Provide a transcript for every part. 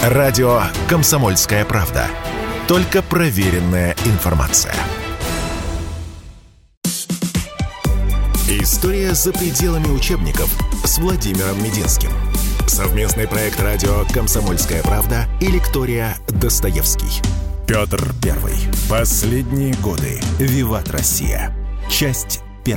Радио «Комсомольская правда». Только проверенная информация. История за пределами учебников с Владимиром Мединским. Совместный проект радио «Комсомольская правда» и лектория «Достоевский». Петр I. Последние годы. Виват Россия. Часть 1.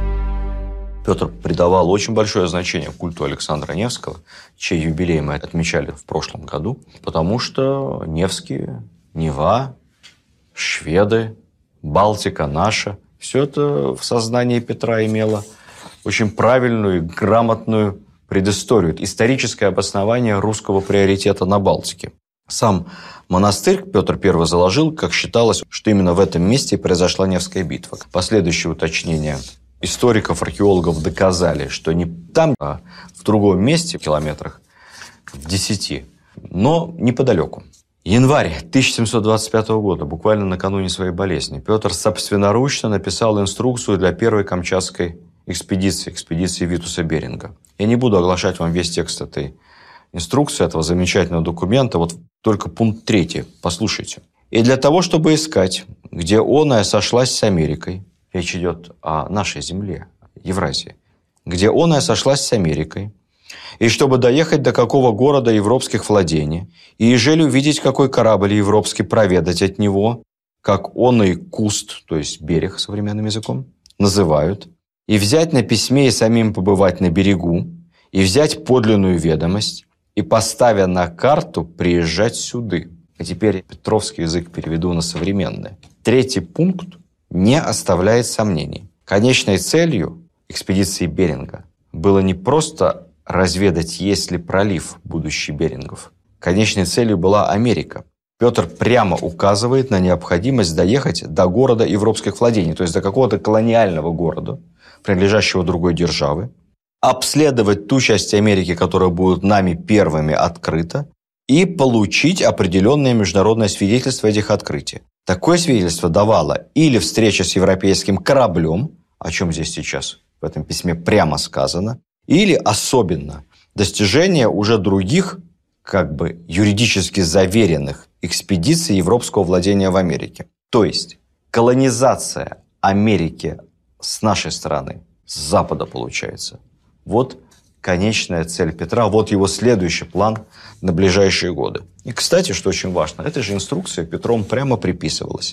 Петр придавал очень большое значение культу Александра Невского, чей юбилей мы отмечали в прошлом году, потому что Невские, Нева, шведы, Балтика наша – все это в сознании Петра имело очень правильную и грамотную предысторию, историческое обоснование русского приоритета на Балтике. Сам монастырь Петр I заложил, как считалось, что именно в этом месте произошла Невская битва. Последующие уточнения историков, археологов доказали, что не там, а в другом месте, в километрах в 10, но неподалеку. Январь 1725 года, буквально накануне своей болезни, Петр собственноручно написал инструкцию для первой камчатской экспедиции Витуса Беринга. Я не буду оглашать вам весь текст этой инструкции, этого замечательного документа, вот только пункт 3, послушайте. «И для того, чтобы искать, где оная сошлась с Америкой», речь идет о нашей земле, Евразии, «где оная сошлась с Америкой, и чтобы доехать до какого города европских владений, и ежели увидеть какой корабль европский, проведать от него, как оный куст, то есть берег современным языком, называют, и взять на письме и самим побывать на берегу, и взять подлинную ведомость, и, поставя на карту, приезжать сюды». А теперь петровский язык переведу на современный. 3 пункт не оставляет сомнений. Конечной целью экспедиции Беринга было не просто разведать, есть ли пролив будущий Берингов. Конечной целью была Америка. Петр прямо указывает на необходимость доехать до города европских владений, то есть до какого-то колониального города, принадлежащего другой державы, обследовать ту часть Америки, которая будет нами первыми открыта, и получить определенное международное свидетельство этих открытий. Такое свидетельство давало или встреча с европейским кораблем, о чем здесь сейчас в этом письме прямо сказано, или особенно достижение уже других, как бы юридически заверенных экспедиций европейского владения в Америке. То есть колонизация Америки с нашей стороны, с Запада получается. Вот конечная цель Петра, вот его следующий план на ближайшие годы. И, кстати, что очень важно, этой же инструкции Петром прямо приписывалось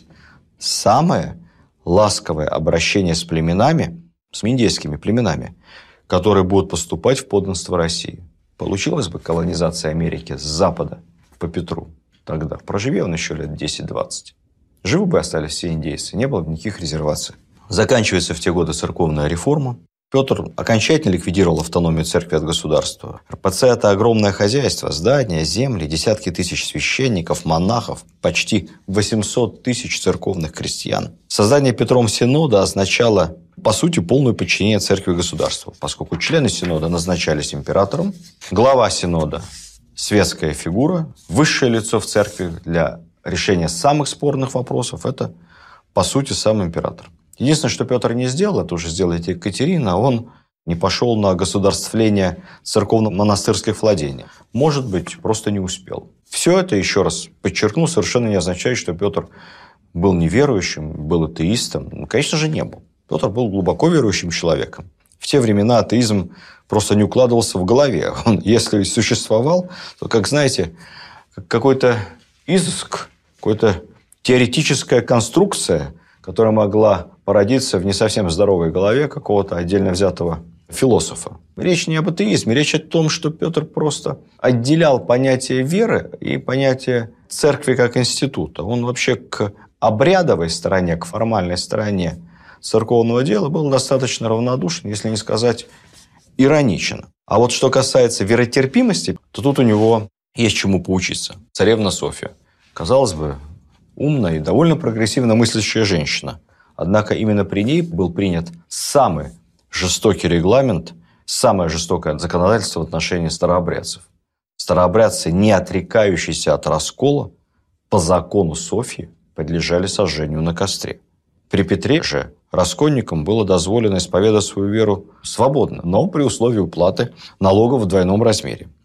самое ласковое обращение с племенами, с миндейскими племенами, которые будут поступать в подданство России. Получилась бы колонизация Америки с Запада по Петру тогда. Проживи он еще лет 10-20. Живы бы остались все индейцы, не было бы никаких резерваций. Заканчивается в те годы церковная реформа. Петр окончательно ликвидировал автономию церкви от государства. РПЦ – это огромное хозяйство, здания, земли, десятки тысяч священников, монахов, почти 800 тысяч церковных крестьян. Создание Петром Синода означало, по сути, полное подчинение церкви государству, поскольку члены Синода назначались императором, глава Синода – светская фигура, высшее лицо в церкви для решения самых спорных вопросов – это, по сути, сам император. Единственное, что Петр не сделал, это уже сделает Екатерина, он не пошел на государствление церковно-монастырских владений. Может быть, просто не успел. Все это, еще раз подчеркну, совершенно не означает, что Петр был неверующим, был атеистом. Ну, конечно же, не был. Петр был глубоко верующим человеком. В те времена атеизм просто не укладывался в голове. Он, если существовал, то, как знаете, какой-то изыск, какая-то теоретическая конструкция, которая могла породиться в не совсем здоровой голове какого-то отдельно взятого философа. Речь не об атеизме, речь о том, что Петр просто отделял понятие веры и понятие церкви как института. Он вообще к обрядовой стороне, к формальной стороне церковного дела был достаточно равнодушен, если не сказать ироничен. А вот что касается веротерпимости, то тут у него есть чему поучиться. Царевна Софья. Казалось бы, умная и довольно прогрессивно мыслящая женщина. Однако именно при ней был принят самый жестокий регламент, самое жестокое законодательство в отношении старообрядцев. Старообрядцы, не отрекающиеся от раскола, по закону Софьи подлежали сожжению на костре. При Петре же раскольникам было дозволено исповедать свою веру свободно, но при условии уплаты налогов в двойном размере.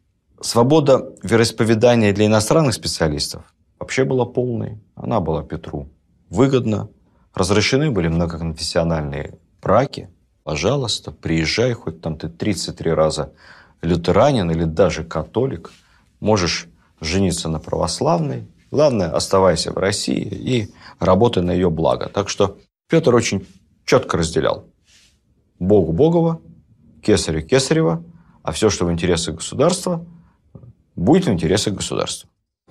Свобода вероисповедания для иностранных специалистов вообще была полной. Она была Петру выгодна. Разрешены были многоконфессиональные браки. Пожалуйста, приезжай, хоть там ты 33 раза лютеранин или даже католик. Можешь жениться на православной. Главное, оставайся в России и работай на ее благо. Так что Петр очень четко разделял. Богу Богова, кесарю Кесарева, а все, что в интересах государства, будет в интересах государства.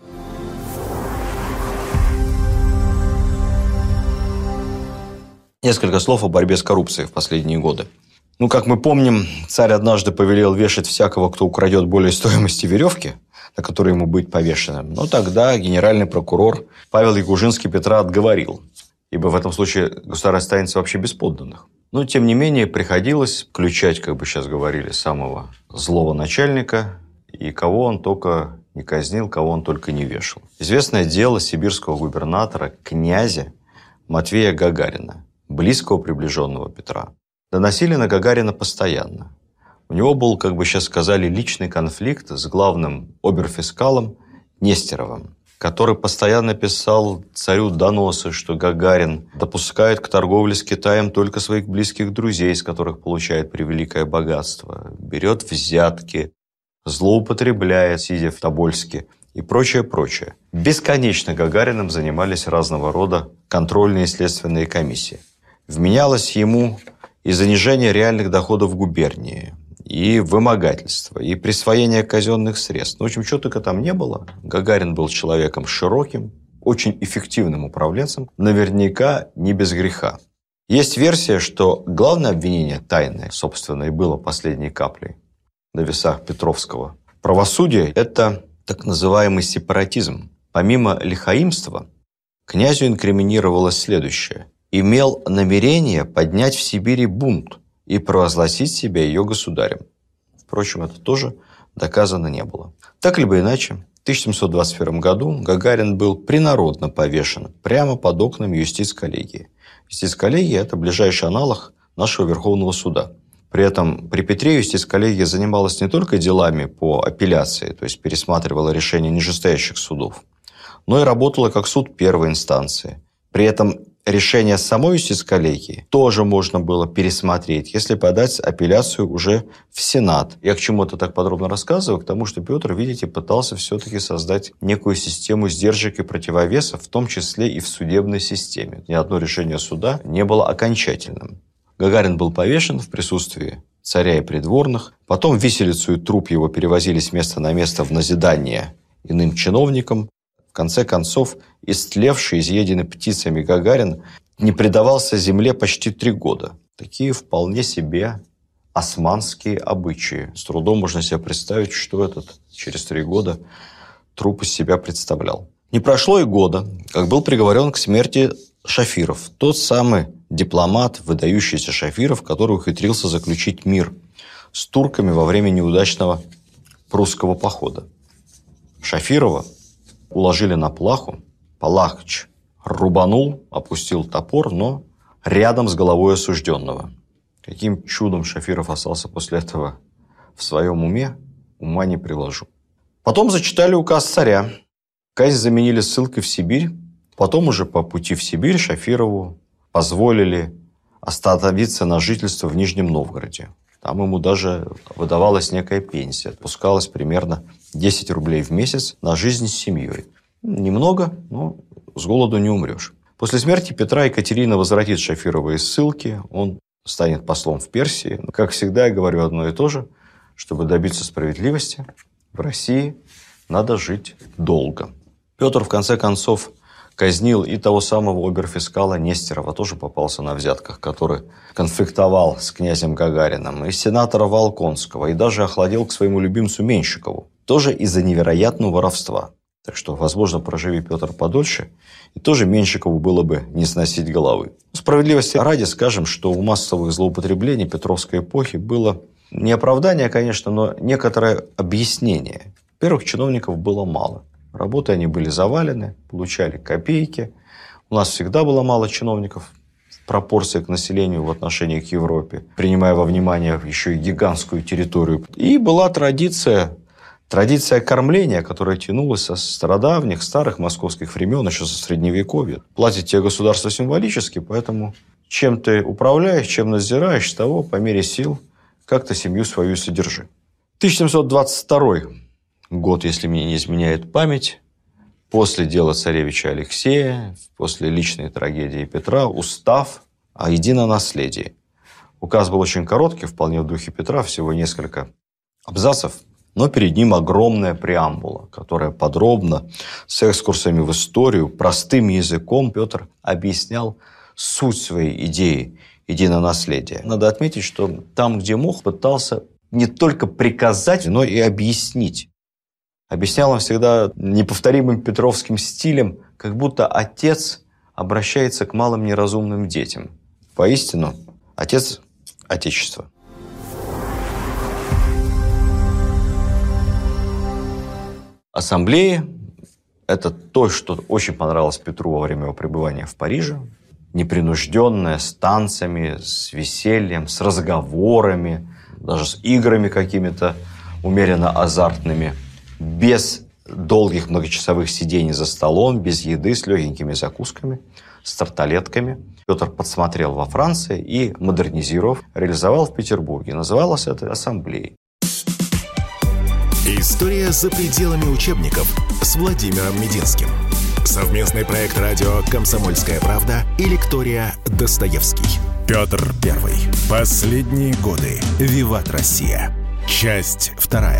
Несколько слов о борьбе с коррупцией в последние годы. Как мы помним, царь однажды повелел вешать всякого, кто украдет более стоимости веревки, на которой ему быть повешенным. Но тогда генеральный прокурор Павел Ягужинский Петра отговорил, ибо в этом случае государь останется вообще без подданных. Но, тем не менее, приходилось включать, как бы сейчас говорили, самого злого начальника, и кого он только не казнил, кого он только не вешал. Известное дело сибирского губернатора, князя Матвея Гагарина, близкого приближенного Петра. Доносили на Гагарина постоянно. У него был, как бы сейчас сказали, личный конфликт с главным оберфискалом Нестеровым, который постоянно писал царю доносы, что Гагарин допускает к торговле с Китаем только своих близких друзей, с которых получает превеликое богатство, берет взятки, злоупотребляет, сидя в Тобольске и прочее, прочее. Бесконечно Гагариным занимались разного рода контрольные и следственные комиссии. Вменялось ему и занижение реальных доходов губернии, и вымогательство, и присвоение казенных средств. В общем, чего только там не было. Гагарин был человеком широким, очень эффективным управленцем, наверняка не без греха. Есть версия, что главное обвинение тайное, собственно, и было последней каплей на весах Петровского правосудия – это так называемый сепаратизм. Помимо лихаимства, князю инкриминировалось следующее. Имел намерение поднять в Сибири бунт и провозгласить себя ее государем. Впрочем, это тоже доказано не было. Так либо иначе, в 1721 году Гагарин был принародно повешен прямо под окнами юстиц-коллегии. Юстиц-коллегия – это ближайший аналог нашего Верховного суда. При этом при Петре юстиц-коллегия занималась не только делами по апелляции, то есть пересматривала решения нижестоящих судов, но и работала как суд первой инстанции. При этом решение самой юстиц-коллегии тоже можно было пересмотреть, если подать апелляцию уже в Сенат. Я к чему это так подробно рассказываю? К тому, что Петр, видите, пытался все-таки создать некую систему сдержек и противовесов, в том числе и в судебной системе. Ни одно решение суда не было окончательным. Гагарин был повешен в присутствии царя и придворных. Потом в виселицу и труп его перевозили с места на место в назидание иным чиновникам. В конце концов, истлевший, изъеденный птицами Гагарин не предавался земле почти 3 года. Такие вполне себе османские обычаи. С трудом можно себе представить, что этот через 3 года труп из себя представлял. Не прошло и года, как был приговорен к смерти Шафиров. Тот самый дипломат, выдающийся Шафиров, который ухитрился заключить мир с турками во время неудачного прусского похода. Шафирова уложили на плаху, Палахч рубанул, опустил топор, но рядом с головой осужденного. Каким чудом Шафиров остался после этого в своем уме, ума не приложу. Потом зачитали указ царя. Казнь заменили ссылкой в Сибирь. Потом уже по пути в Сибирь Шафирову позволили остановиться на жительство в Нижнем Новгороде. Там ему даже выдавалась некая пенсия. Отпускалось примерно 10 рублей в месяц на жизнь с семьей. Немного, но с голоду не умрешь. После смерти Петра Екатерина возвратит Шафирова из ссылки. Он станет послом в Персии. Но, как всегда, я говорю одно и то же. Чтобы добиться справедливости, в России надо жить долго. Петр, в конце концов, казнил и того самого оберфискала Нестерова, тоже попался на взятках, который конфликтовал с князем Гагариным, и сенатора Волконского, и даже охладел к своему любимцу Меньшикову, тоже из-за невероятного воровства. Так что, возможно, проживи Петр подольше, и тоже Меньшикову было бы не сносить головы. Справедливости ради скажем, что у массовых злоупотреблений Петровской эпохи было не оправдание, конечно, но некоторое объяснение. Во-первых, чиновников было мало. Работы они были завалены, получали копейки. У нас всегда было мало чиновников в пропорции к населению в отношении к Европе, принимая во внимание еще и гигантскую территорию. И была традиция Традиция кормления, которая тянулась со стародавних, старых московских времен, еще со Средневековья. Платит тебе государство символически, поэтому чем ты управляешь, чем надзираешь, того по мере сил как-то семью свою содержи. 1722 год, если мне не изменяет память, после дела царевича Алексея, после личной трагедии Петра, устав о единонаследии. Указ был очень короткий, вполне в духе Петра, всего несколько абзацев, но перед ним огромная преамбула, которая подробно, с экскурсами в историю, простым языком Петр объяснял суть своей идеи единонаследия. Надо отметить, что там, где мог, пытался не только приказать, но и объяснить. Объяснял он всегда неповторимым петровским стилем, как будто отец обращается к малым неразумным детям. Поистину, отец Отечества. Ассамблеи – это то, что очень понравилось Петру во время его пребывания в Париже. Непринужденное, с танцами, с весельем, с разговорами, даже с играми какими-то умеренно азартными, без долгих многочасовых сидений за столом, без еды, с легенькими закусками, с тарталетками. Петр подсмотрел во Франции и, модернизировав, реализовал в Петербурге. Называлось это ассамблеей. История за пределами учебников с Владимиром Мединским. Совместный проект радио «Комсомольская правда» и лектория «Достоевский». Петр I. Последние годы. Виват Россия. Часть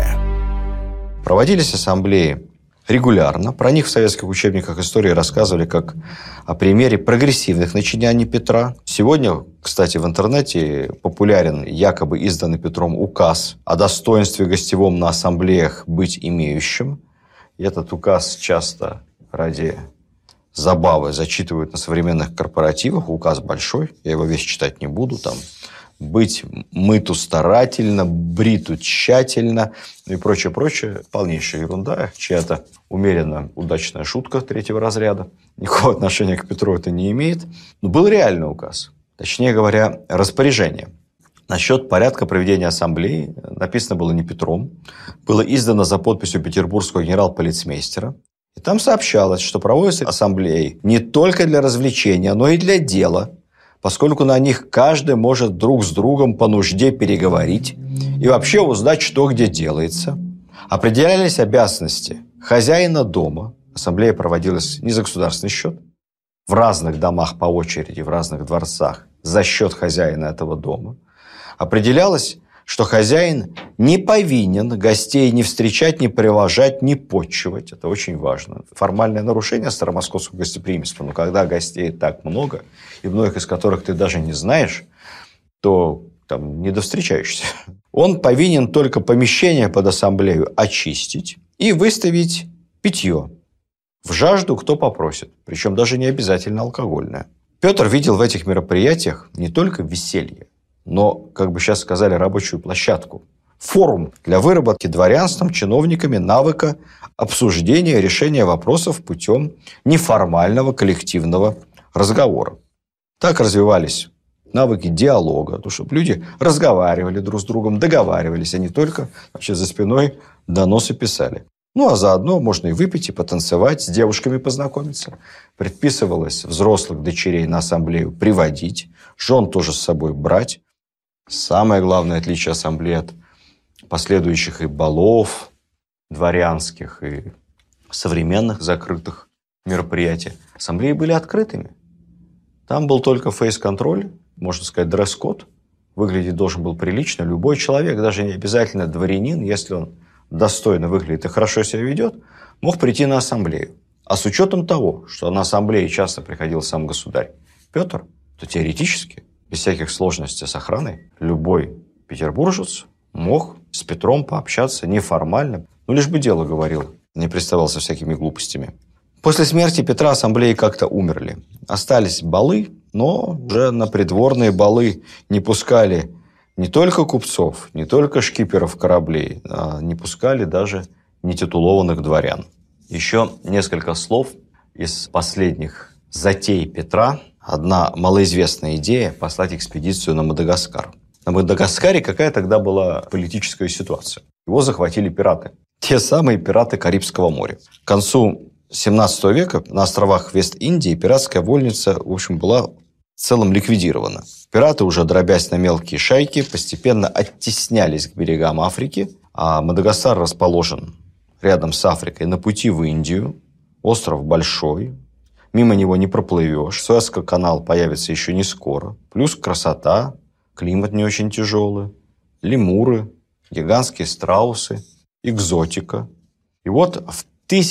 2. Проводились ассамблеи регулярно. Про них в советских учебниках истории рассказывали как о примере прогрессивных начинаний Петра. Сегодня, кстати, в интернете популярен якобы изданный Петром указ о достоинстве гостевом на ассамблеях быть имеющим. И этот указ часто ради забавы зачитывают на современных корпоративах. Указ большой, я его весь читать не буду. Там быть мыту старательно, бриту тщательно, ну и прочее. Полнейшая ерунда. Чья-то умеренно удачная шутка третьего разряда. Никакого отношения к Петру это не имеет. Но был реальный указ. Точнее говоря, распоряжение. Насчет порядка проведения ассамблеи написано было не Петром. Было издано за подписью петербургского генерал-полицмейстера. И там сообщалось, что проводятся ассамблеи не только для развлечения, но и для дела, поскольку на них каждый может друг с другом по нужде переговорить и вообще узнать, что где делается. Определялись обязанности хозяина дома. Ассамблея проводилась не за государственный счет, в разных домах по очереди, в разных дворцах, за счет хозяина этого дома. Определялось, что хозяин не повинен гостей не встречать, не привожать, не почивать. Это очень важно. Формальное нарушение старомосковского гостеприимства. Но когда гостей так много, и многих из которых ты даже не знаешь, то там не довстречаешься. Он повинен только помещение под ассамблею очистить и выставить питье. В жажду кто попросит. Причем даже не обязательно алкогольное. Петр видел в этих мероприятиях не только веселье, но, как бы сейчас сказали, рабочую площадку. Форум для выработки дворянством, чиновниками навыка обсуждения решения вопросов путем неформального коллективного разговора. Так развивались навыки диалога, то, чтобы люди разговаривали друг с другом, договаривались, а не только вообще за спиной доносы писали. Ну, а заодно можно и выпить, и потанцевать, с девушками познакомиться. Предписывалось взрослых дочерей на ассамблею приводить, жен тоже с собой брать. Самое главное отличие ассамблеи от последующих и балов дворянских, и современных закрытых мероприятий. Ассамблеи были открытыми. Там был только фейс-контроль, можно сказать, дресс-код. Выглядеть должен был прилично. Любой человек, даже не обязательно дворянин, если он достойно выглядит и хорошо себя ведет, мог прийти на ассамблею. А с учетом того, что на ассамблее часто приходил сам государь Петр, то теоретически, без всяких сложностей с охраной, любой петербуржец мог с Петром пообщаться неформально, ну, лишь бы дело говорил, не приставал со всякими глупостями. После смерти Петра ассамблеи как-то умерли. Остались балы, но уже на придворные балы не пускали не только купцов, не только шкиперов кораблей, а не пускали даже нетитулованных дворян. Еще несколько слов из последних затей Петра. Одна малоизвестная идея – послать экспедицию на Мадагаскар. На Мадагаскаре какая тогда была политическая ситуация? Его захватили пираты. те самые пираты Карибского моря. К концу 17 века на островах Вест-Индии пиратская вольница, в общем, была в целом ликвидирована. Пираты, уже дробясь на мелкие шайки, постепенно оттеснялись к берегам Африки, а Мадагаскар расположен рядом с Африкой на пути в Индию. Остров большой, мимо него не проплывешь, Суэцкий канал появится еще не скоро. Плюс красота, климат не очень тяжелый, лемуры, гигантские страусы, экзотика. И вот в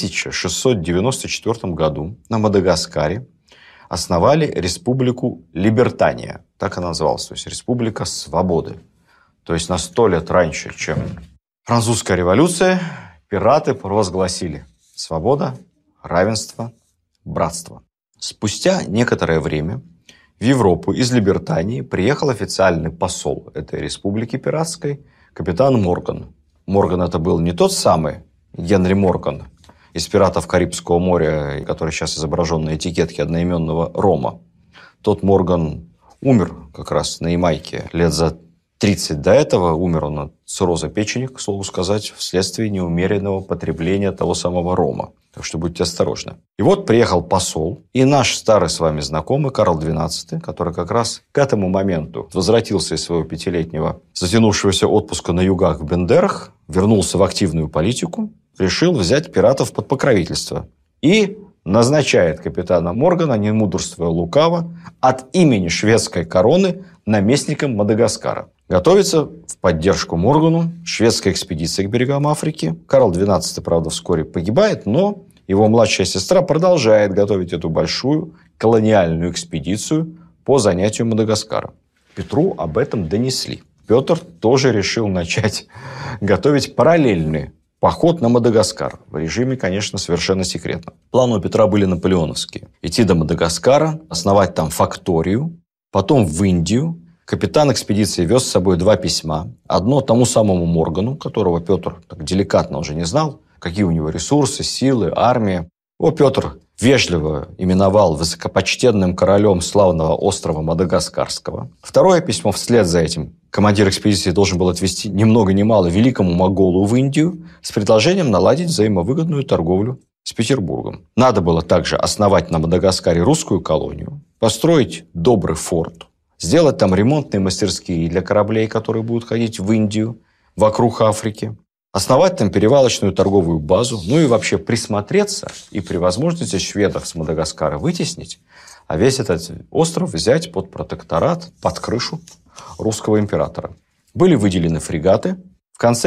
1694 году на Мадагаскаре основали республику Либертания. Так она называлась, то есть республика свободы. То есть на 100 лет раньше, чем французская революция, пираты провозгласили свобода, равенство, братство. Спустя некоторое время в Европу из Либертании приехал официальный посол этой республики пиратской, капитан Морган. Морган это был не тот самый Генри Морган из «Пиратов Карибского моря», который сейчас изображен на этикетке одноименного рома. Тот Морган умер как раз на Ямайке лет за 30 до этого. Умер он от цирроза печени, к слову сказать, вследствие неумеренного потребления того самого рома. Так что будьте осторожны. И вот приехал посол, и наш старый с вами знакомый Карл XII, который как раз к этому моменту возвратился из своего 5-летнего затянувшегося отпуска на югах в Бендерах, вернулся в активную политику, решил взять пиратов под покровительство. И назначает капитана Моргана, не мудрствуя лукаво, от имени шведской короны наместником Мадагаскара. Готовится в поддержку Моргану шведская экспедиция к берегам Африки. Карл XII, правда, вскоре погибает, но его младшая сестра продолжает готовить эту большую колониальную экспедицию по занятию Мадагаскара. Петру об этом донесли. Петр тоже решил начать готовить параллельный поход на Мадагаскар. В режиме, конечно, совершенно секретно. Планы у Петра были наполеоновские. Идти до Мадагаскара, основать там факторию, потом в Индию. Капитан экспедиции вез с собой 2 письма. Одно тому самому Моргану, которого Петр так деликатно уже не знал, какие у него ресурсы, силы, армия. Его Петр вежливо именовал высокопочтенным королем славного острова Мадагаскарского. Второе письмо вслед за этим командир экспедиции должен был отвезти ни много ни мало великому моголу в Индию с предложением наладить взаимовыгодную торговлю с Петербургом. Надо было также основать на Мадагаскаре русскую колонию, построить добрый форт, сделать там ремонтные мастерские для кораблей, которые будут ходить в Индию, вокруг Африки, основать там перевалочную торговую базу, ну и вообще присмотреться и при возможности шведов с Мадагаскара вытеснить, а весь этот остров взять под протекторат, под крышу русского императора. Были выделены фрегаты. В конце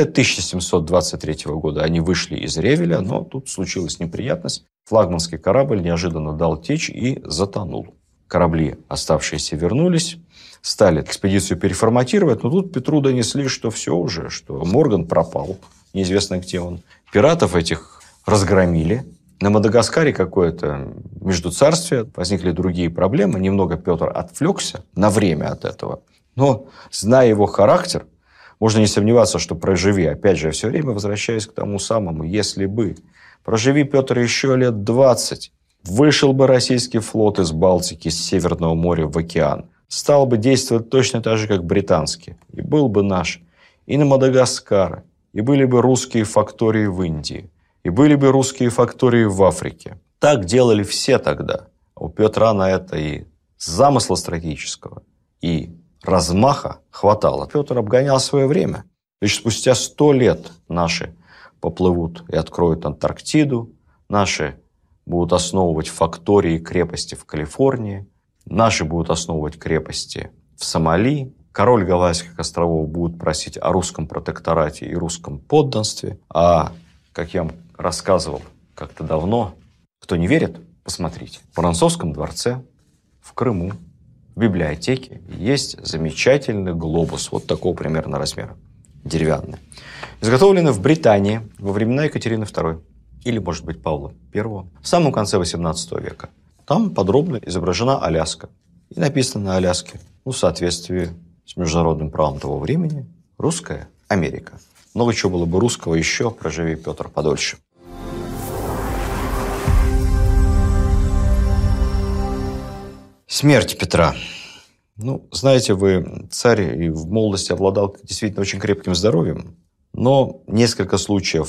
1723 года они вышли из Ревеля, но тут случилась неприятность. Флагманский корабль неожиданно дал течь и затонул. Корабли, оставшиеся, вернулись, стали экспедицию переформатировать, но тут Петру донесли, что все уже, что Морган пропал, неизвестно где он. Пиратов этих разгромили. На Мадагаскаре какое-то междуцарствие, возникли другие проблемы. Немного Петр отвлекся на время от этого. Но, зная его характер, можно не сомневаться, что проживи, опять же, я все время возвращаюсь к тому самому, если бы, проживи Петр еще лет 20, вышел бы российский флот из Балтики, с Северного моря в океан, стал бы действовать точно так же, как британский, и был бы наш и на Мадагаскаре, и были бы русские фактории в Индии, и были бы русские фактории в Африке. Так делали все тогда. У Петра на это и замысла стратегического, и размаха хватало. Петр обгонял свое время. Лишь спустя 100 лет наши поплывут и откроют Антарктиду, наши будут основывать фактории и крепости в Калифорнии, наши будут основывать крепости в Сомали, король Гавайских островов будет просить о русском протекторате и русском подданстве. А, как я вам рассказывал как-то давно, кто не верит, посмотрите. В Воронцовском дворце, в Крыму, в библиотеке есть замечательный глобус, вот такого примерно размера, деревянный. Изготовленный в Британии во времена Екатерины II, или, может быть, Павла I, в самом конце XVIII века. Там подробно изображена Аляска. И написано на Аляске, в соответствии с международным правом того времени, русская Америка. Много чего было бы русского еще, проживи Петр подольше. Смерть Петра. Знаете, вы царь и в молодости обладал действительно очень крепким здоровьем, но несколько случаев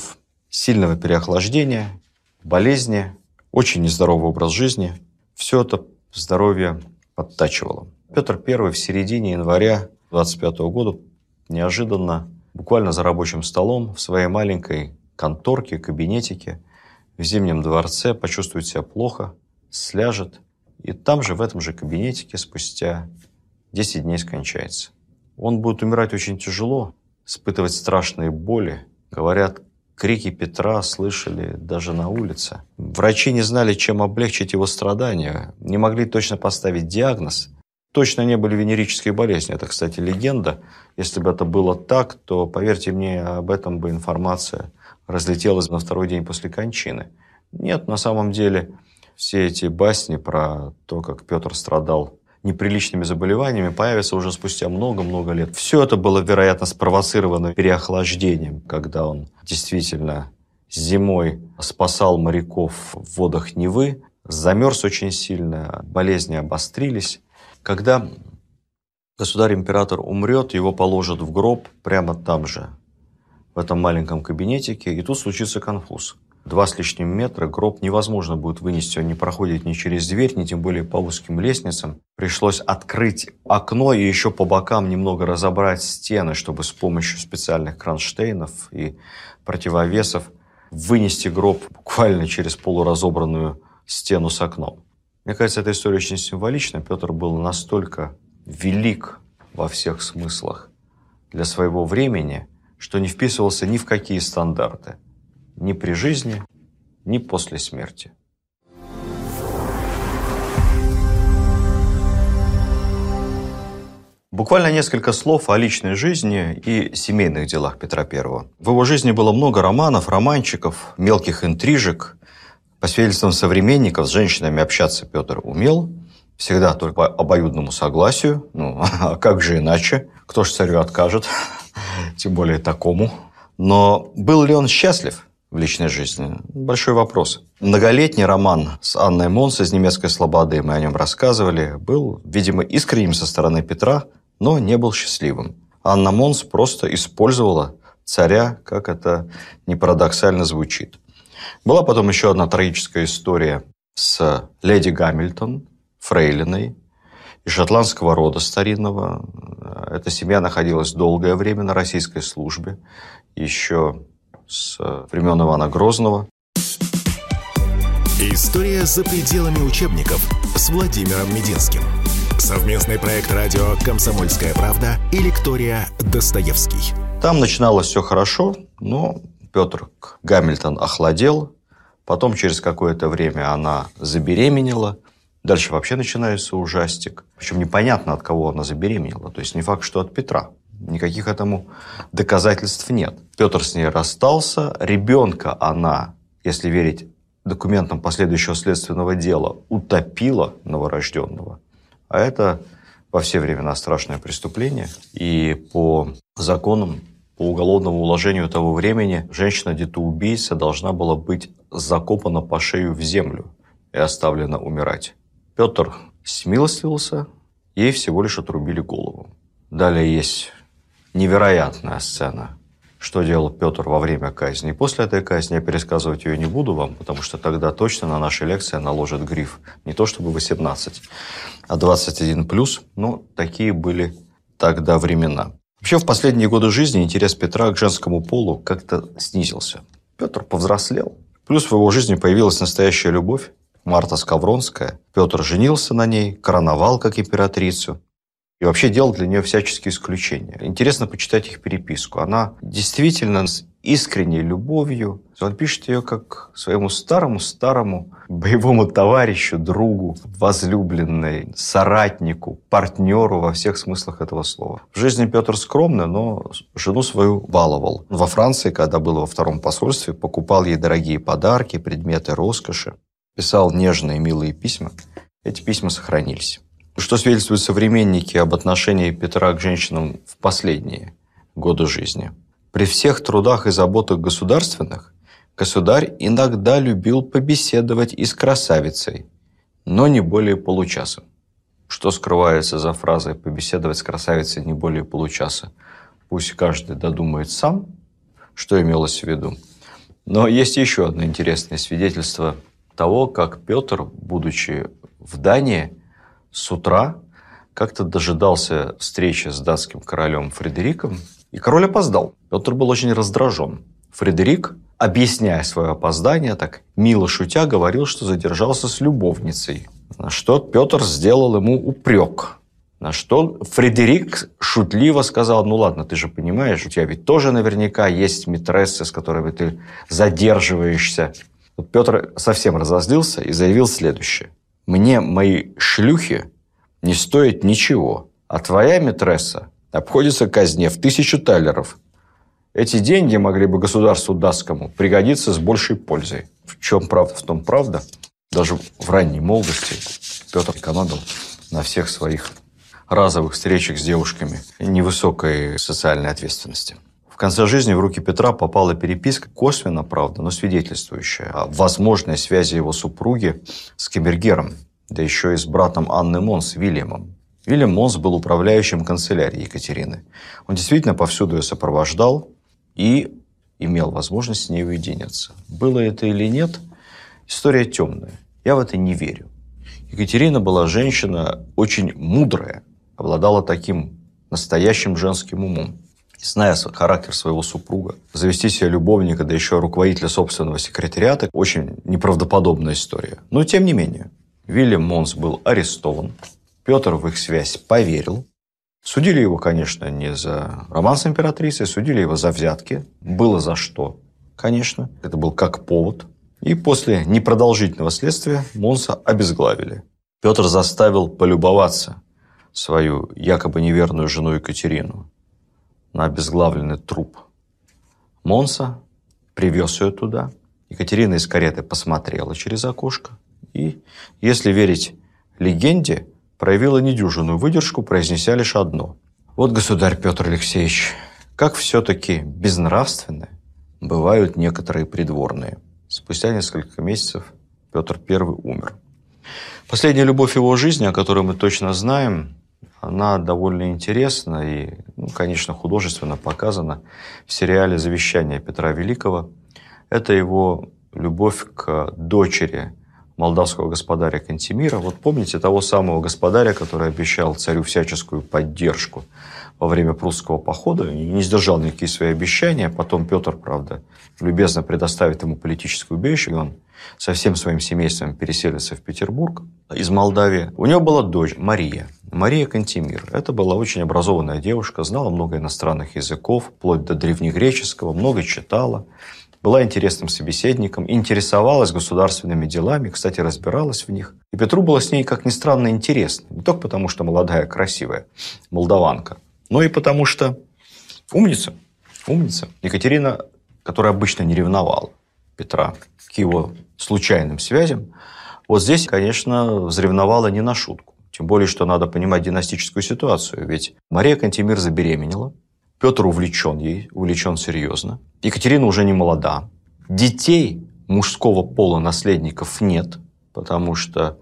сильного переохлаждения, болезни, очень нездоровый образ жизни. Все это здоровье подтачивало. Петр I в середине января 25 года неожиданно, буквально за рабочим столом, в своей маленькой конторке, кабинетике в Зимнем дворце почувствует себя плохо, сляжет, и там же, в этом же кабинетике, спустя 10 дней скончается. Он будет умирать очень тяжело, испытывать страшные боли. Говорят, крики Петра слышали даже на улице. Врачи не знали, чем облегчить его страдания, не могли точно поставить диагноз. Точно не были венерические болезни. Это, кстати, легенда. Если бы это было так, то, поверьте мне, об этом бы информация разлетелась на второй день после кончины. Нет, на самом деле, все эти басни про то, как Петр страдал неприличными заболеваниями, появятся уже спустя много-много лет. Все это было, вероятно, спровоцировано переохлаждением, когда он действительно зимой спасал моряков в водах Невы, замерз очень сильно, болезни обострились. Когда государь-император умрет, его положат в гроб прямо там же, в этом маленьком кабинетике, и тут случится конфуз. 2 с лишним метра, гроб невозможно будет вынести, он не проходит ни через дверь, ни тем более по узким лестницам. Пришлось открыть окно и еще по бокам немного разобрать стены, чтобы с помощью специальных кронштейнов и противовесов вынести гроб буквально через полуразобранную стену с окном. Мне кажется, эта история очень символична. Петр был настолько велик во всех смыслах для своего времени, что не вписывался ни в какие стандарты. Ни при жизни, ни после смерти. Буквально несколько слов о личной жизни и семейных делах Петра I. В его жизни было много романов, романчиков, мелких интрижек. По свидетельствам современников, с женщинами общаться Петр умел. Всегда только по обоюдному согласию. Ну, а как же иначе? Кто ж царю откажет? Тем более такому. Но был ли он счастлив в личной жизни? Большой вопрос. Многолетний роман с Анной Монс из «Немецкой слободы», мы о нем рассказывали, был, видимо, искренним со стороны Петра, но не был счастливым. Анна Монс просто использовала царя, как это не парадоксально звучит. Была потом еще одна трагическая история с леди Гамильтон, фрейлиной, из шотландского рода старинного. Эта семья находилась долгое время на российской службе, еще с времен Ивана Грозного. История за пределами учебников с Владимиром Мединским. Совместный проект радио «Комсомольская правда» и лектория «Достоевский». Там начиналось все хорошо, но Петр Гамильтон охладел. Потом через какое-то время она забеременела. Дальше вообще начинается ужастик. Причем непонятно, от кого она забеременела. То есть не факт, что от Петра. Никаких этому доказательств нет. Петр с ней расстался. Ребенка она, если верить документам последующего следственного дела, утопила новорожденного. А это во все времена страшное преступление. И по законам, по уголовному уложению того времени, женщина-детоубийца должна была быть закопана по шею в землю и оставлена умирать. Петр смилостивился, ей всего лишь отрубили голову. Далее есть невероятная сцена, что делал Петр во время казни. И после этой казни я пересказывать ее не буду вам, потому что тогда точно на нашей лекции наложат гриф. Не то чтобы 18, а 21+. Но такие были тогда времена. Вообще, в последние годы жизни интерес Петра к женскому полу как-то снизился. Петр повзрослел. Плюс в его жизни появилась настоящая любовь, Марта Скавронская. Петр женился на ней, короновал как императрицу. И вообще делал для нее всяческие исключения. Интересно почитать их переписку. Она действительно с искренней любовью. Он пишет ее как своему старому-старому боевому товарищу, другу, возлюбленной, соратнику, партнеру во всех смыслах этого слова. В жизни Петр скромный, но жену свою баловал. Во Франции, когда был во втором посольстве, покупал ей дорогие подарки, предметы роскоши. Писал нежные, милые письма. Эти письма сохранились. Что свидетельствуют современники об отношении Петра к женщинам в последние годы жизни? При всех трудах и заботах государственных государь иногда любил побеседовать и с красавицей, но не более получаса. Что скрывается за фразой «побеседовать с красавицей не более получаса»? Пусть каждый додумает сам, что имелось в виду. Но есть еще одно интересное свидетельство того, как Петр, будучи в Дании, с утра как-то дожидался встречи с датским королем Фредериком, и король опоздал. Петр был очень раздражен. Фредерик, объясняя свое опоздание, так мило шутя, говорил, что задержался с любовницей. На что Петр сделал ему упрек. На что Фредерик шутливо сказал: ну ладно, ты же понимаешь, у тебя ведь тоже наверняка есть митрессы, с которыми ты задерживаешься. Вот Петр совсем разозлился и заявил следующее: мне мои шлюхи не стоят ничего, а твоя митресса обходится казне в 1000 талеров. Эти деньги могли бы государству датскому пригодиться с большей пользой. В чем правда, в том правда. Даже в ранней молодости Петр экономил на всех своих разовых встречах с девушками невысокой социальной ответственности. В конце жизни в руки Петра попала переписка, косвенно, правда, но свидетельствующая о возможной связи его супруги с камергером, да еще и с братом Анны Монс, Вильямом. Вильям Монс был управляющим канцелярией Екатерины. Он действительно повсюду ее сопровождал и имел возможность с ней уединиться. Было это или нет, история темная. Я в это не верю. Екатерина была женщина очень мудрая, обладала таким настоящим женским умом. Зная характер своего супруга, завести себе любовника, да еще руководителя собственного секретариата – очень неправдоподобная история. Но тем не менее, Вильям Монс был арестован, Петр в их связь поверил. Судили его, конечно, не за роман с императрицей, судили его за взятки. Было за что, конечно. Это был как повод. И после непродолжительного следствия Монса обезглавили. Петр заставил полюбоваться свою якобы неверную жену Екатерину на обезглавленный труп Монса, привез ее туда. Екатерина из кареты посмотрела через окошко и, если верить легенде, проявила недюжинную выдержку, произнеся лишь одно: вот, государь Петр Алексеевич, как все-таки безнравственны бывают некоторые придворные. Спустя несколько месяцев Петр I умер. Последняя любовь его жизни, о которой мы точно знаем, она довольно интересна и, конечно, художественно показана в сериале «Завещание Петра Великого». Это его любовь к дочери молдавского господаря Кантемира. Вот помните того самого господаря, который обещал царю всяческую поддержку во время прусского похода и не сдержал никакие свои обещания. Потом Петр, правда, любезно предоставит ему политическое убежище, и он со всем своим семейством переселится в Петербург из Молдавии. У него была дочь Мария Кантемир. Это была очень образованная девушка, знала много иностранных языков, вплоть до древнегреческого, много читала, была интересным собеседником, интересовалась государственными делами, кстати, разбиралась в них. И Петру было с ней, как ни странно, интересно. Не только потому, что молодая, красивая молдаванка, но и потому, что умница. Екатерина, которая обычно не ревновала Петра к его случайным связям, вот здесь, конечно, взревновала не на шутку. Тем более, что надо понимать династическую ситуацию. Ведь Мария Кантемир забеременела, Петр увлечен серьезно. Екатерина уже не молода. Детей мужского пола наследников нет, потому что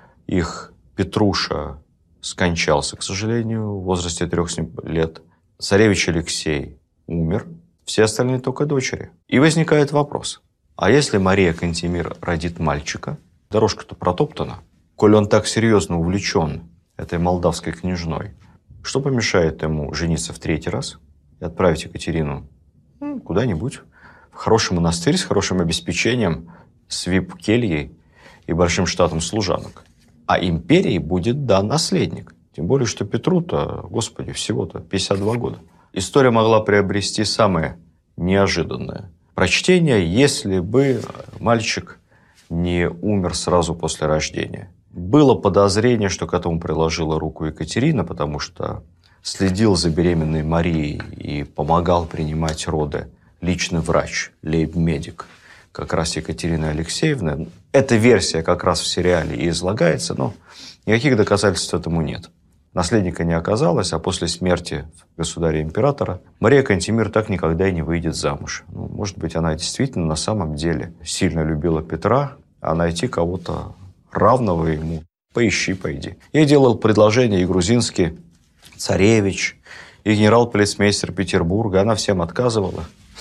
их Петруша скончался, к сожалению, в возрасте 3 лет. Царевич Алексей умер, все остальные только дочери. И возникает вопрос: а если Мария Кантемир родит мальчика? Дорожка-то протоптана. Коль он так серьезно увлечен этой молдавской княжной, что помешает ему жениться в 3-й раз и отправить Екатерину куда-нибудь в хороший монастырь с хорошим обеспечением, с вип-кельей и большим штатом служанок? А империи будет дан наследник. Тем более, что Петру-то, господи, всего-то 52 года. История могла приобрести самое неожиданное прочтение, если бы мальчик не умер сразу после рождения. Было подозрение, что к этому приложила руку Екатерина, потому что следил за беременной Марией и помогал принимать роды личный врач, лейб-медик, как раз Екатерина Алексеевна. Эта версия как раз в сериале и излагается, но никаких доказательств этому нет. Наследника не оказалось, а после смерти государя-императора Мария Кантемир так никогда и не выйдет замуж. Может быть, она действительно на самом деле сильно любила Петра, а найти кого-то равного ему поищи, пойди. Ей делал предложение и грузинский царевич, и генерал-полицмейстер Петербурга. Она всем отказывала.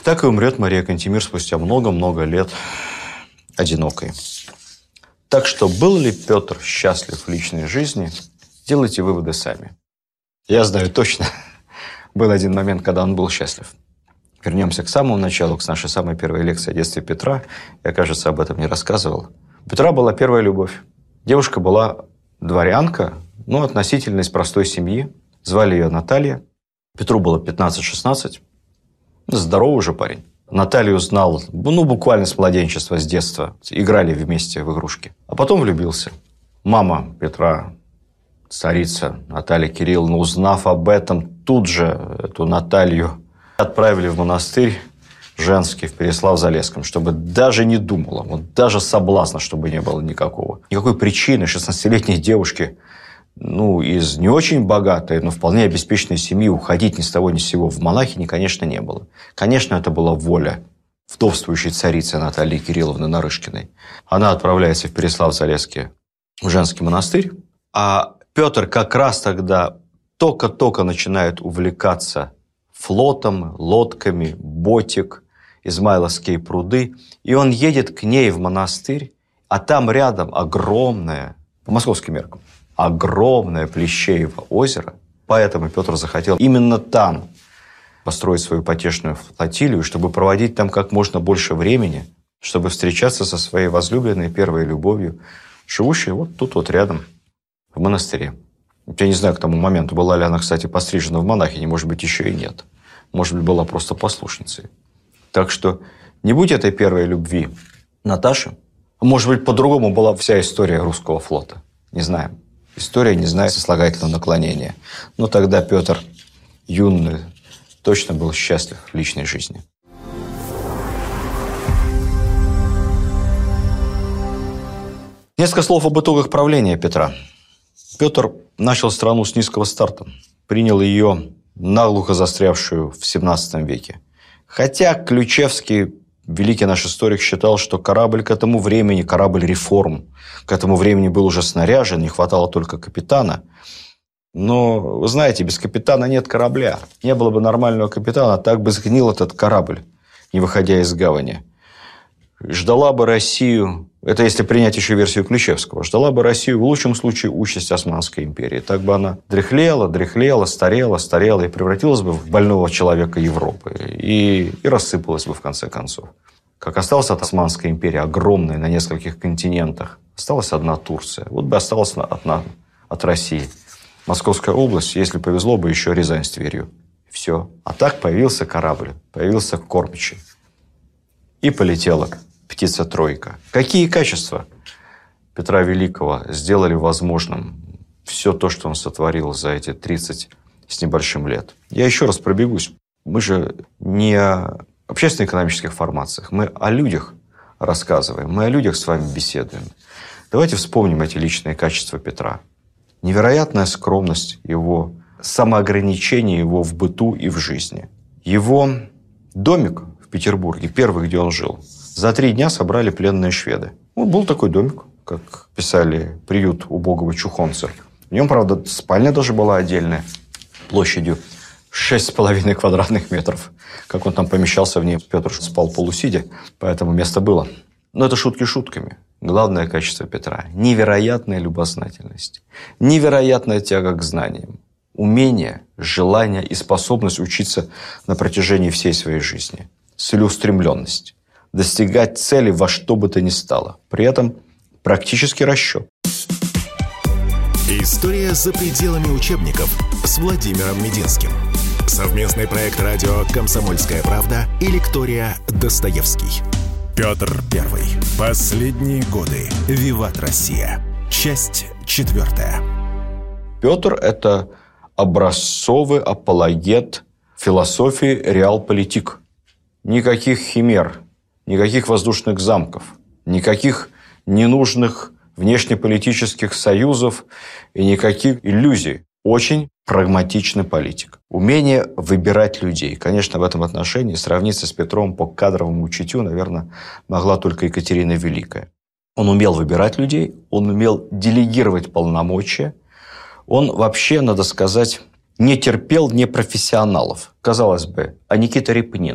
Так и умрет Мария Кантемир спустя много-много лет одинокой. Так что был ли Петр счастлив в личной жизни, делайте выводы сами. Я знаю точно, был один момент, когда он был счастлив. Вернемся к самому началу, к нашей самой первой лекции о детстве Петра. Я, кажется, об этом не рассказывал. У Петра была первая любовь. Девушка была дворянка, но относительно из простой семьи. Звали ее Наталья. Петру было 15-16. Здоровый уже парень. Наталью знал, буквально с младенчества, с детства. Играли вместе в игрушки. А потом влюбился. Мама Петра, царица Наталья Кирилловна, узнав об этом, тут же эту Наталью отправили в монастырь женский в Переслав-Залесском, чтобы даже не думала, вот даже соблазна, чтобы не было никакого. Никакой причины 16-летней девушке, из не очень богатой, но вполне обеспеченной семьи уходить ни с того ни с сего в монахини, конечно, не было. Конечно, это была воля вдовствующей царицы Натальи Кирилловны Нарышкиной. Она отправляется в Переслав-Залесский в женский монастырь, а Петр как раз тогда только-только начинает увлекаться флотом, лодками, ботик, Измайловские пруды. И он едет к ней в монастырь, а там рядом огромное, по московским меркам, огромное Плещеево озеро. Поэтому Петр захотел именно там построить свою потешную флотилию, чтобы проводить там как можно больше времени, чтобы встречаться со своей возлюбленной первой любовью, живущей вот тут вот рядом, в монастыре. Я не знаю к тому моменту, была ли она, кстати, пострижена в монахини, может быть, еще и нет. Может быть, была просто послушницей. Так что не будь этой первой любви Наташи, может быть, по-другому была вся история русского флота. Не знаем. История не знает сослагательного наклонения. Но тогда Петр, юный, точно был счастлив в личной жизни. Несколько слов об итогах правления Петра. Петр начал страну с низкого старта. Принял ее наглухо застрявшую в XVII веке. Хотя Ключевский, великий наш историк, считал, что корабль к этому времени, корабль реформ, к этому времени был уже снаряжен, не хватало только капитана. Но, вы знаете, без капитана нет корабля. Не было бы нормального капитана, так бы сгнил этот корабль, не выходя из гавани. Ждала бы Россию, это если принять еще версию Ключевского, ждала бы Россию в лучшем случае участь Османской империи. Так бы она дряхлела, старела и превратилась бы в больного человека Европы. И рассыпалась бы в конце концов. Как осталась от Османской империи, огромная на нескольких континентах, осталась одна Турция. Вот бы осталась одна от России. Московская область, если повезло бы, еще Рязань с Тверью. Все. А так появился корабль, появился кормчий. И полетела птица-тройка. Какие качества Петра Великого сделали возможным все то, что он сотворил за эти 30 с небольшим лет? Я еще раз пробегусь. Мы же не о общественно-экономических формациях, мы о людях рассказываем, мы о людях с вами беседуем. Давайте вспомним эти личные качества Петра. Невероятная скромность его, самоограничение его в быту и в жизни. Его домик в Петербурге, первый, где он жил, за 3 дня собрали пленные шведы. Был такой домик, как писали, приют убогого чухонца. В нем, правда, спальня даже была отдельная, площадью 6,5 квадратных метров. Как он там помещался в ней, Петр спал полусидя, поэтому место было. Но это шутки шутками. Главное качество Петра – невероятная любознательность, невероятная тяга к знаниям, умение, желание и способность учиться на протяжении всей своей жизни, целеустремленность, достигать цели во что бы то ни стало. При этом практический расчет. История за пределами учебников с Владимиром Мединским. Совместный проект радио «Комсомольская правда» и лектория «Достоевский». Петр I. Последние годы. Виват Россия. Часть 4. Петр – это образцовый апологет философии реалполитик. Никаких химер, никаких воздушных замков, никаких ненужных внешнеполитических союзов и никаких иллюзий. Очень прагматичный политик. Умение выбирать людей. Конечно, в этом отношении сравниться с Петром по кадровому чутью, наверное, могла только Екатерина Великая. Он умел выбирать людей, он умел делегировать полномочия. Он вообще, надо сказать, не терпел непрофессионалов. Казалось бы, а Никита Репнин,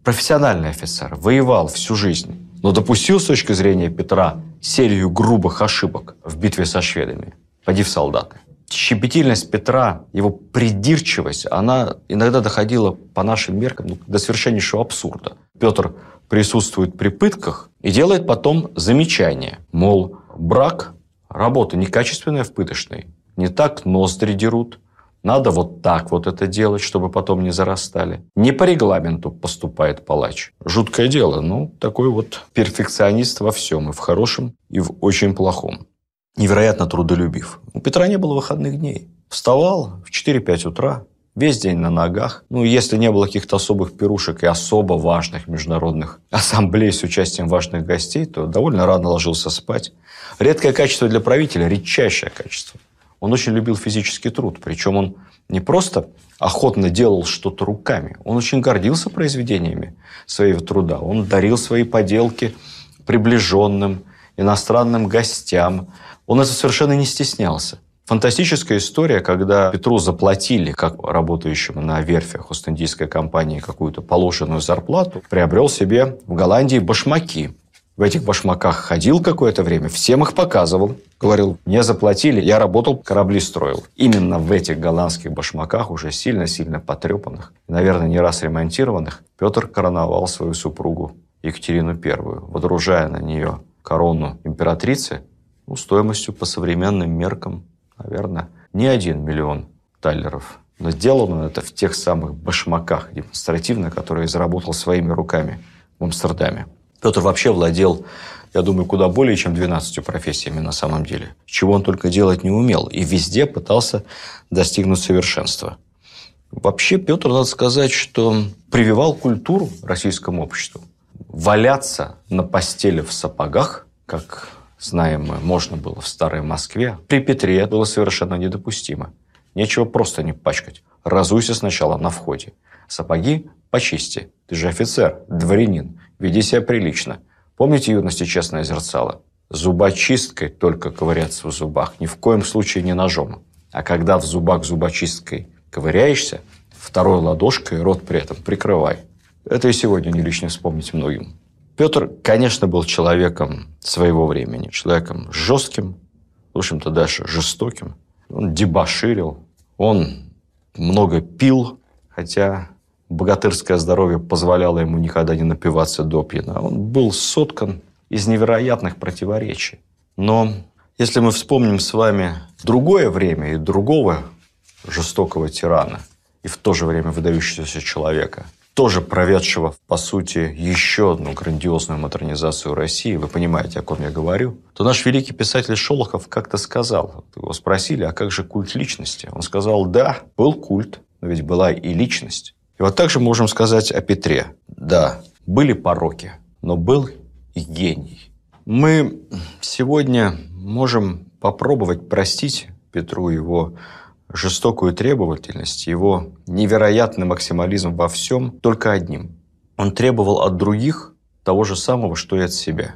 профессиональный офицер, воевал всю жизнь, но допустил с точки зрения Петра серию грубых ошибок в битве со шведами. Поди в солдаты. Щепетильность Петра, его придирчивость, она иногда доходила по нашим меркам до совершеннейшего абсурда. Петр присутствует при пытках и делает потом замечание. Мол, брак, работа некачественная в пыточной. Не так ноздри дерут. Надо вот так вот это делать, чтобы потом не зарастали. Не по регламенту поступает палач. Жуткое дело. Такой вот перфекционист во всем. И в хорошем, и в очень плохом. Невероятно трудолюбив. У Петра не было выходных дней. Вставал в 4-5 утра, весь день на ногах. Если не было каких-то особых пирушек и особо важных международных ассамблей с участием важных гостей, то довольно рано ложился спать. Редкое качество для правителя, редчайшее качество. Он очень любил физический труд. Причем он не просто охотно делал что-то руками. Он очень гордился произведениями своего труда. Он дарил свои поделки приближенным, иностранным гостям. Он это совершенно не стеснялся. Фантастическая история, когда Петру заплатили, как работающему на верфях Ост-Индийской компании, какую-то положенную зарплату, приобрел себе в Голландии башмаки. В этих башмаках ходил какое-то время, всем их показывал. Говорил, мне заплатили, я работал, корабли строил. Именно в этих голландских башмаках, уже сильно-сильно потрепанных, наверное, не раз ремонтированных, Петр короновал свою супругу Екатерину I, водружая на нее корону императрицы, стоимостью по современным меркам, наверное, не 1 миллион таллеров. Но сделано он это в тех самых башмаках демонстративно, которые заработал своими руками в Амстердаме. Петр вообще владел, я думаю, куда более чем 12 профессиями на самом деле. Чего он только делать не умел. И везде пытался достигнуть совершенства. Вообще Петр, надо сказать, что прививал культуру российскому обществу. Валяться на постели в сапогах, как знаем мы, можно было в Старой Москве, при Петре было совершенно недопустимо. Нечего просто не пачкать. Разуйся сначала на входе. Сапоги почисти. Ты же офицер, дворянин. Веди себя прилично. Помните юности честное зерцало? Зубочисткой только ковыряться в зубах. Ни в коем случае не ножом. А когда в зубах зубочисткой ковыряешься, второй ладошкой рот при этом прикрывай. Это и сегодня не лишне вспомнить многим. Петр, конечно, был человеком своего времени. Человеком жестким, в общем-то, даже жестоким. Он дебоширил, он много пил, хотя богатырское здоровье позволяло ему никогда не напиваться допьяно. Он был соткан из невероятных противоречий. Но если мы вспомним с вами другое время и другого жестокого тирана, и в то же время выдающегося человека, тоже проведшего, по сути, еще одну грандиозную модернизацию России, вы понимаете, о ком я говорю, то наш великий писатель Шолохов как-то сказал, его спросили, а как же культ личности? Он сказал, да, был культ, но ведь была и личность. И вот так же можем сказать о Петре. Да, были пороки, но был и гений. Мы сегодня можем попробовать простить Петру его жестокую требовательность, его невероятный максимализм во всем только одним. Он требовал от других того же самого, что и от себя.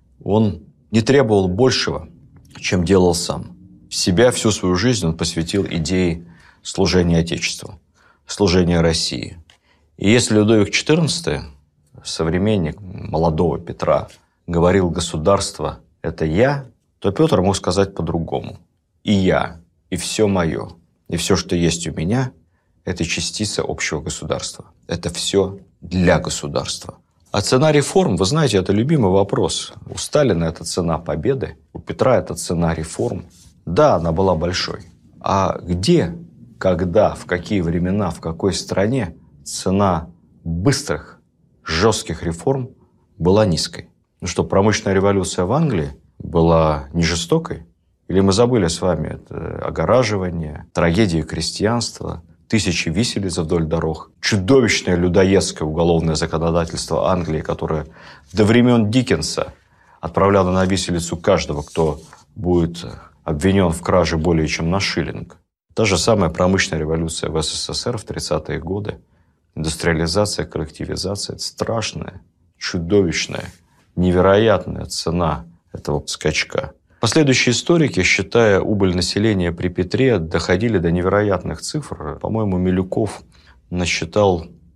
Он не требовал большего, чем делал сам. Себя, всю свою жизнь он посвятил идее служения Отечеству, служения России. И если Людовик XIV, современник молодого Петра, говорил «государство – это я», то Петр мог сказать по-другому. И я, и все мое. И все, что есть у меня, это частица общего государства. Это все для государства. А цена реформ, вы знаете, это любимый вопрос. У Сталина это цена победы, у Петра это цена реформ. Да, она была большой. А где, когда, в какие времена, в какой стране цена быстрых, жестких реформ была низкой? Промышленная революция в Англии была не жестокой? Или мы забыли с вами это огораживание, трагедии крестьянства, тысячи виселиц вдоль дорог, чудовищное людоедское уголовное законодательство Англии, которое до времен Диккенса отправляло на виселицу каждого, кто будет обвинен в краже более чем на шиллинг. Та же самая промышленная революция в СССР в 30-е годы, индустриализация, коллективизация – это страшная, чудовищная, невероятная цена этого скачка. Последующие историки, считая убыль населения при Петре, доходили до невероятных цифр. По-моему, Милюков насчитал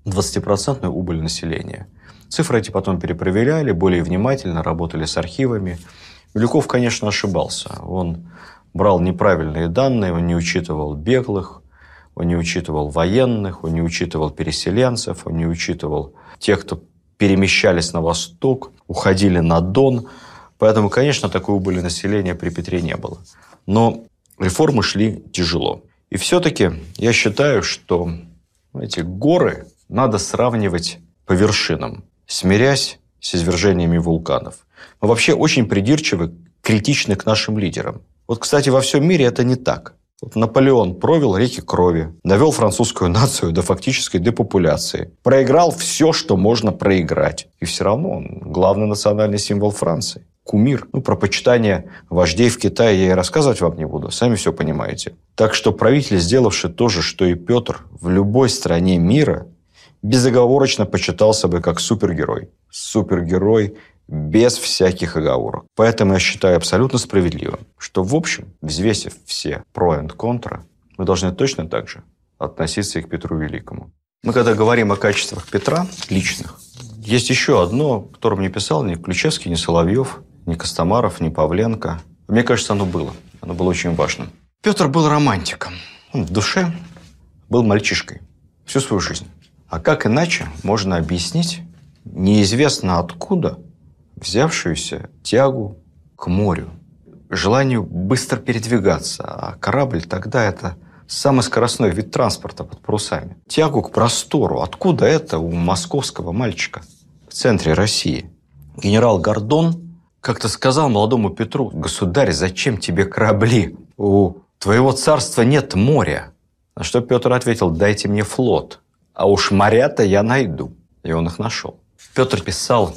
20% убыль населения. Цифры эти потом перепроверяли, более внимательно работали с архивами. Милюков, конечно, ошибался. Он брал неправильные данные, он не учитывал беглых, он не учитывал военных, он не учитывал переселенцев, он не учитывал тех, кто перемещались на восток, уходили на Дон. Поэтому, конечно, такой убыли населения при Петре не было. Но реформы шли тяжело. И все-таки я считаю, что эти горы надо сравнивать по вершинам, смирясь с извержениями вулканов. Мы вообще очень придирчивы, критичны к нашим лидерам. Вот, кстати, во всем мире это не так. Вот Наполеон провел реки крови, довел французскую нацию до фактической депопуляции, проиграл все, что можно проиграть. И все равно он главный национальный символ Франции. Кумир. Про почитание вождей в Китае я и рассказывать вам не буду. Сами все понимаете. Так что правитель, сделавший то же, что и Петр, в любой стране мира безоговорочно почитался бы как супергерой. Супергерой без всяких оговорок. Поэтому я считаю абсолютно справедливым, что, в общем, взвесив все про и контра, мы должны точно так же относиться и к Петру Великому. Мы когда говорим о качествах Петра, личных, есть еще одно, о котором не писал ни Ключевский, ни Соловьев, ни Костомаров, ни Павленко. Мне кажется, оно было. Оно было очень важным. Петр был романтиком. Он в душе был мальчишкой всю свою жизнь. А как иначе можно объяснить неизвестно откуда взявшуюся тягу к морю, желанию быстро передвигаться, а корабль тогда это самый скоростной вид транспорта под парусами. Тягу к простору. Откуда это у московского мальчика в центре России? Генерал Гордон как-то сказал молодому Петру: «Государь, зачем тебе корабли? У твоего царства нет моря». На что Петр ответил: «Дайте мне флот, а уж моря-то я найду». И он их нашел. Петр писал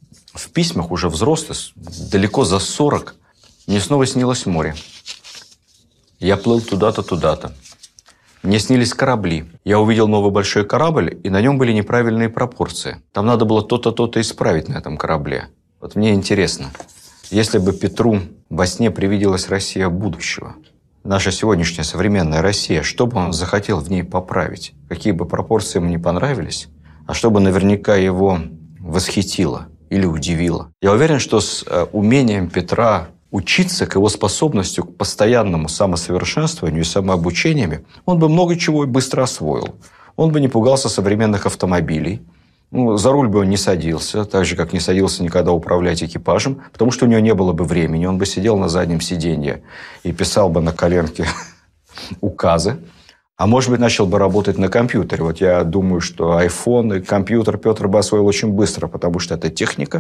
в письмах, уже взрослый, далеко за 40, «Мне снова снилось море. Я плыл туда-то, туда-то. Мне снились корабли. Я увидел новый большой корабль, и на нем были неправильные пропорции. Там надо было то-то, то-то исправить на этом корабле». Вот мне интересно, если бы Петру во сне привиделась Россия будущего, наша сегодняшняя современная Россия, что бы он захотел в ней поправить? Какие бы пропорции ему не понравились, а что бы наверняка его восхитило или удивило? Я уверен, что с умением Петра учиться, к его способностью к постоянному самосовершенствованию и самообучению, он бы много чего быстро освоил. Он бы не пугался современных автомобилей. За руль бы он не садился, так же, как не садился никогда управлять экипажем, потому что у него не было бы времени. Он бы сидел на заднем сиденье и писал бы на коленке указы. А может быть, начал бы работать на компьютере. Вот я думаю, что iPhone и компьютер Петр бы освоил очень быстро, потому что это техника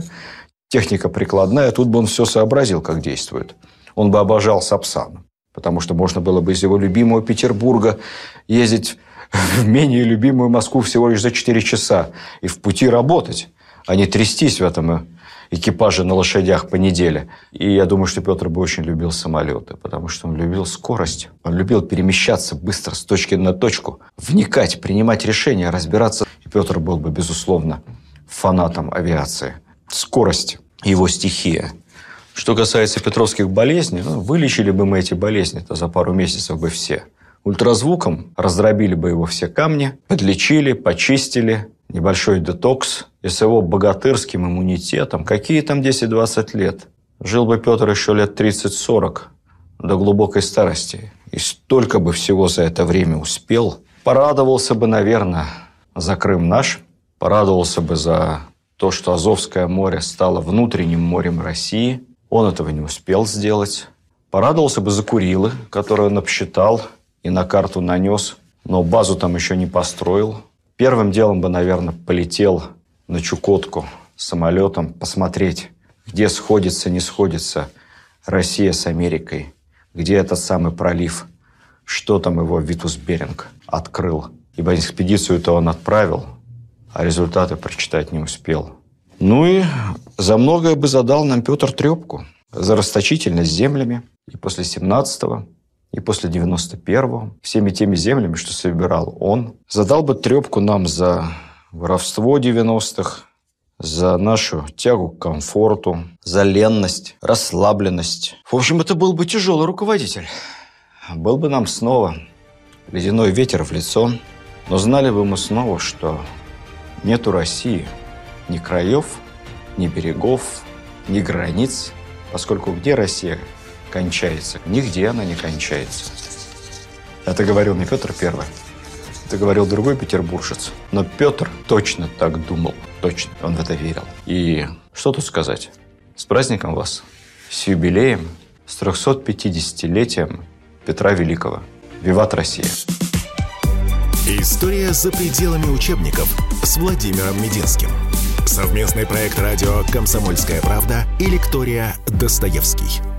прикладная. Тут бы он все сообразил, как действует. Он бы обожал Сапсан, потому что можно было бы из его любимого Петербурга ездить в менее любимую Москву всего лишь за 4 часа и в пути работать, а не трястись в этом экипаже на лошадях по неделе. И я думаю, что Петр бы очень любил самолеты, потому что он любил скорость, он любил перемещаться быстро с точки на точку, вникать, принимать решения, разбираться. И Петр был бы, безусловно, фанатом авиации. Скорость – его стихия. Что касается петровских болезней, вылечили бы мы эти болезни-то за пару месяцев бы все. Ультразвуком раздробили бы его все камни, подлечили, почистили, небольшой детокс. И с его богатырским иммунитетом, какие там 10-20 лет, жил бы Петр еще лет 30-40 до глубокой старости. И столько бы всего за это время успел. Порадовался бы, наверное, за Крым наш, порадовался бы за то, что Азовское море стало внутренним морем России. Он этого не успел сделать. Порадовался бы за Курилы, которые он обсчитал и на карту нанес, но базу там еще не построил. Первым делом бы, наверное, полетел на Чукотку самолетом посмотреть, где сходится, не сходится Россия с Америкой, где этот самый пролив, что там его Витус-Беринг открыл. Ибо экспедицию-то он отправил, а результаты прочитать не успел. И за многое бы задал нам Петр трепку. За расточительность землями и после 17-го, и после 91-го, всеми теми землями, что собирал он. Задал бы трепку нам за воровство 90-х, за нашу тягу к комфорту, за ленность, расслабленность. В общем, это был бы тяжелый руководитель. Был бы нам снова ледяной ветер в лицо, но знали бы мы снова, что Нету России ни краев, ни берегов, ни границ, поскольку где Россия кончается, нигде она не кончается. Это говорил не Петр I, это говорил другой петербуржец. Но Петр точно так думал, точно, он в это верил. И что тут сказать? С праздником вас, с юбилеем, с 350-летием Петра Великого. Виват Россия! История за пределами учебников с Владимиром Мединским. Совместный проект радио «Комсомольская правда» и лектория «Достоевский».